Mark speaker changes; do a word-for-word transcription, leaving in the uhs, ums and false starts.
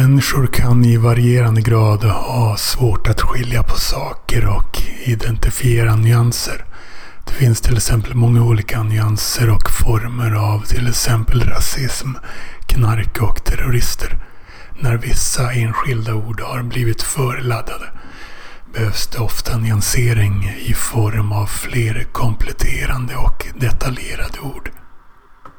Speaker 1: Människor kan i varierande grad ha svårt att skilja på saker och identifiera nyanser. Det finns till exempel många olika nyanser och former av till exempel rasism, knark och terrorister. När vissa enskilda ord har blivit förladdade behövs det ofta nyansering i form av fler kompletterande och detaljerade ord.